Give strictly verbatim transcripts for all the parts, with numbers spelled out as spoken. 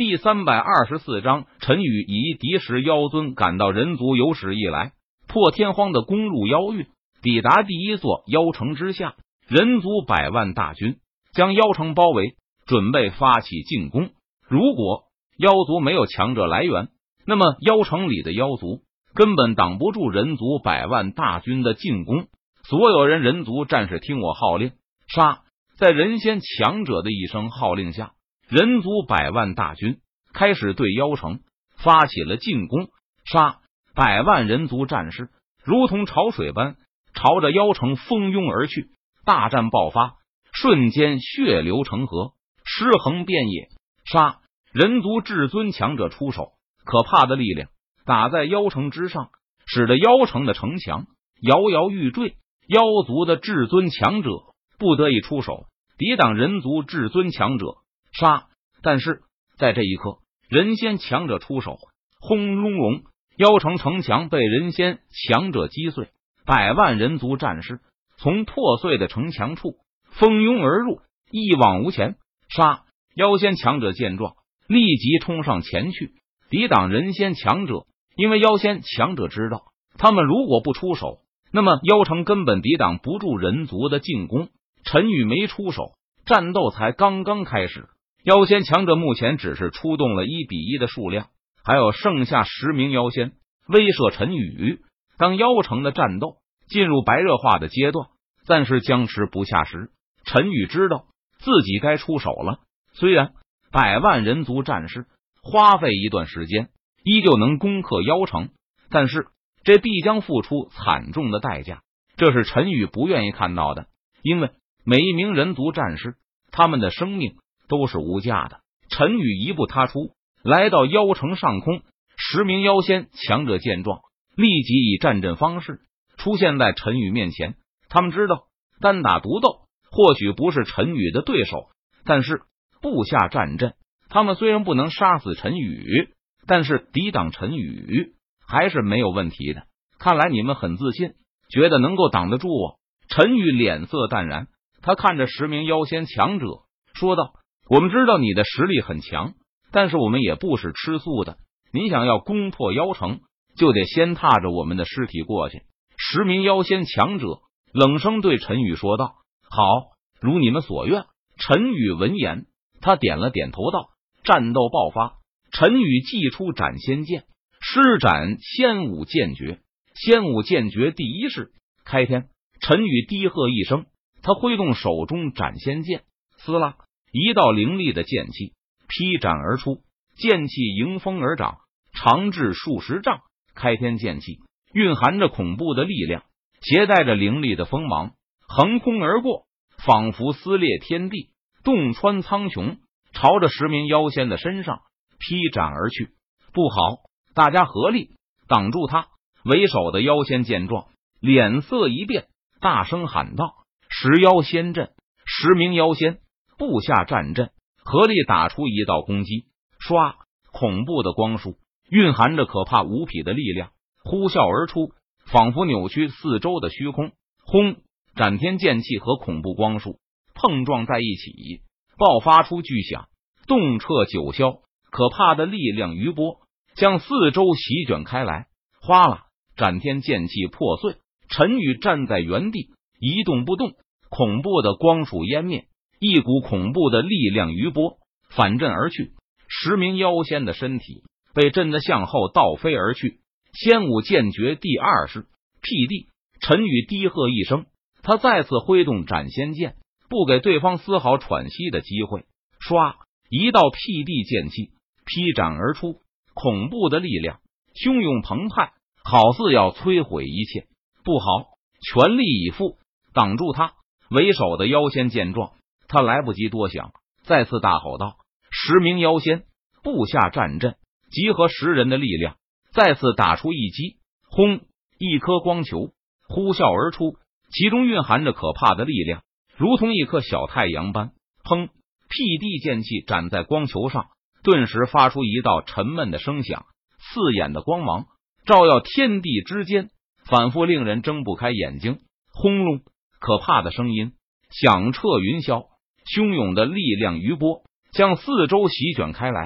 第三百二十四章，陈宇以敌十妖尊赶到人族有史以来破天荒的攻入妖域，抵达第一座妖城之下，人族百万大军将妖城包围，准备发起进攻。如果妖族没有强者来援，那么妖城里的妖族根本挡不住人族百万大军的进攻。所有人人族战士听我号令，杀！在人仙强者的一声号令下，人族百万大军开始对妖城发起了进攻。杀！百万人族战士如同潮水般朝着妖城蜂拥而去，大战爆发，瞬间血流成河，尸横遍野。杀！人族至尊强者出手，可怕的力量打在妖城之上，使得妖城的城墙摇摇欲坠。妖族的至尊强者不得已出手抵挡人族至尊强者。杀！但是在这一刻，人仙强者出手，轰隆隆，妖城城墙被人仙强者击碎，百万人族战士从破碎的城墙处蜂拥而入，一往无前。杀！妖仙强者见状，立即冲上前去抵挡人仙强者，因为妖仙强者知道，他们如果不出手，那么妖城根本抵挡不住人族的进攻。陈宇没出手，战斗才刚刚开始。妖仙强者目前只是出动了一比一的数量，还有剩下十名妖仙威慑陈宇。当妖城的战斗进入白热化的阶段，暂时僵持不下时，陈宇知道自己该出手了。虽然百万人族战士花费一段时间依旧能攻克妖城，但是这必将付出惨重的代价，这是陈宇不愿意看到的。因为每一名人族战士，他们的生命都是无价的。陈宇一步踏出，来到妖城上空，十名妖仙强者见状，立即以战阵方式出现在陈宇面前。他们知道单打独斗或许不是陈宇的对手，但是布下战阵，他们虽然不能杀死陈宇，但是抵挡陈宇还是没有问题的。看来你们很自信，觉得能够挡得住我。陈宇脸色淡然，他看着十名妖仙强者说道，我们知道你的实力很强，但是我们也不是吃素的，你想要攻破妖城，就得先踏着我们的尸体过去。十名妖仙强者冷声对陈宇说道，好，如你们所愿。陈宇闻言，他点了点头道，战斗爆发。陈宇祭出斩仙剑，施展仙武剑诀。仙武剑诀第一式开天。陈宇低喝一声，他挥动手中斩仙剑，撕拉，一道凌厉的剑气劈斩而出，剑气迎风而长，长至数十丈。开天剑气蕴含着恐怖的力量，携带着凌厉的锋芒，横空而过，仿佛撕裂天地，洞穿苍穹，朝着十名妖仙的身上劈斩而去。不好，大家合力挡住他！为首的妖仙见状，脸色一变，大声喊道，十妖仙阵，十名妖仙布下战阵，合力打出一道攻击。唰，恐怖的光束蕴含着可怕无匹的力量呼啸而出，仿佛扭曲四周的虚空。轰！斩天剑气和恐怖光束碰撞在一起，爆发出巨响，动彻九霄。可怕的力量余波将四周席卷开来。哗啦，斩天剑气破碎，陈宇站在原地一动不动，恐怖的光束湮灭，一股恐怖的力量余波反震而去，十名妖仙的身体被震得向后倒飞而去。仙武剑诀第二式辟地。陈宇低喝一声，他再次挥动斩仙剑，不给对方丝毫喘息的机会。唰，一道辟地剑气劈斩而出，恐怖的力量汹涌澎湃，好似要摧毁一切。不好，全力以赴挡住他！为首的妖仙见状，他来不及多想，再次大吼道，十名妖仙布下战阵，集合十人的力量，再次打出一击。轰！一颗光球呼啸而出，其中蕴含着可怕的力量，如同一颗小太阳般。砰！辟地剑气斩在光球上，顿时发出一道沉闷的声响，刺眼的光芒照耀天地之间，反复令人睁不开眼睛。轰隆！可怕的声音响彻云霄，汹涌的力量余波将四周席卷开来，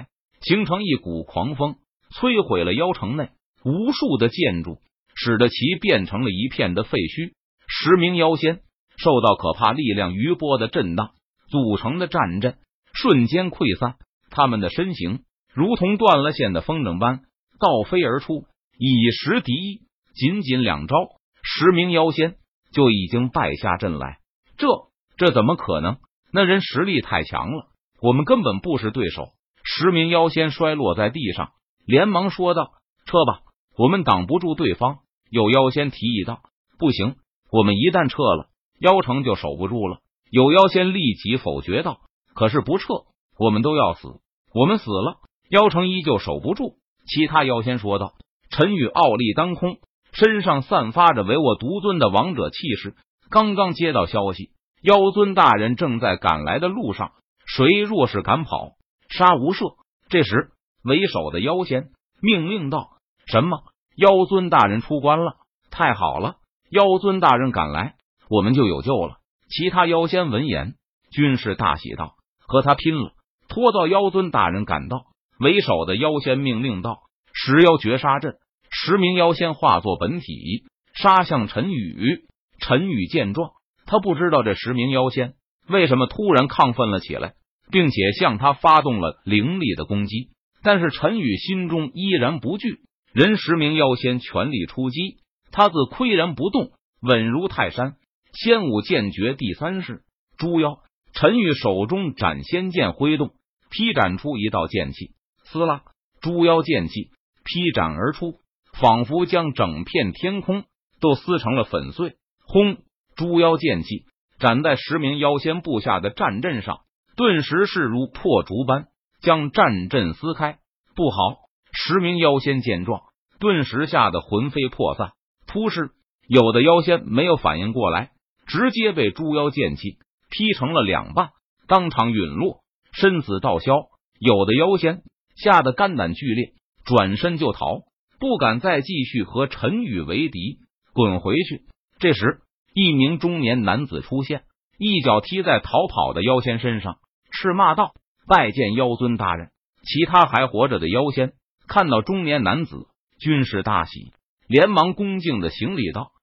形成一股狂风，摧毁了妖城内无数的建筑，使得其变成了一片的废墟。十名妖仙受到可怕力量余波的震荡，组成的战阵瞬间溃散，他们的身形如同断了线的风筝般倒飞而出，以十敌一，仅仅两招，十名妖仙就已经败下阵来。这这怎么可能？那人实力太强了，我们根本不是对手。十名妖仙摔落在地上，连忙说道：“撤吧，我们挡不住对方。”有妖仙提议道：“不行，我们一旦撤了，妖城就守不住了。”有妖仙立即否决道：“可是不撤，我们都要死，我们死了，妖城依旧守不住。”其他妖仙说道：“陈宇傲立当空，身上散发着唯我独尊的王者气势。刚刚接到消息，妖尊大人正在赶来的路上，谁若是敢跑，杀无赦。”这时，为首的妖仙命令道：“什么？妖尊大人出关了？太好了！妖尊大人赶来，我们就有救了。”其他妖仙闻言，均是大喜道：“和他拼了！”拖到妖尊大人赶到，为首的妖仙命令道：“十妖绝杀阵！”十名妖仙化作本体，杀向陈宇。陈宇见状，他不知道这十名妖仙为什么突然亢奋了起来，并且向他发动了凌厉的攻击。但是陈宇心中依然不惧，人十名妖仙全力出击，他自岿然不动，稳如泰山。仙武剑诀第三式诛妖。陈宇手中斩仙剑挥动，劈斩出一道剑气，撕拉，诛妖剑气劈斩而出，仿佛将整片天空都撕成了粉碎。轰！诛妖剑气斩在十名妖仙部下的战阵上，顿时势如破竹般将战阵撕开。不好！十名妖仙见状，顿时吓得魂飞魄散。突施，有的妖仙没有反应过来，直接被诛妖剑气劈成了两半，当场陨落，身死道消。有的妖仙吓得肝胆俱裂，转身就逃，不敢再继续和陈宇为敌，滚回去。这时，一名中年男子出现，一脚踢在逃跑的妖仙身上，斥骂道：“拜见妖尊大人！”其他还活着的妖仙看到中年男子，均是大喜，连忙恭敬的行礼道：“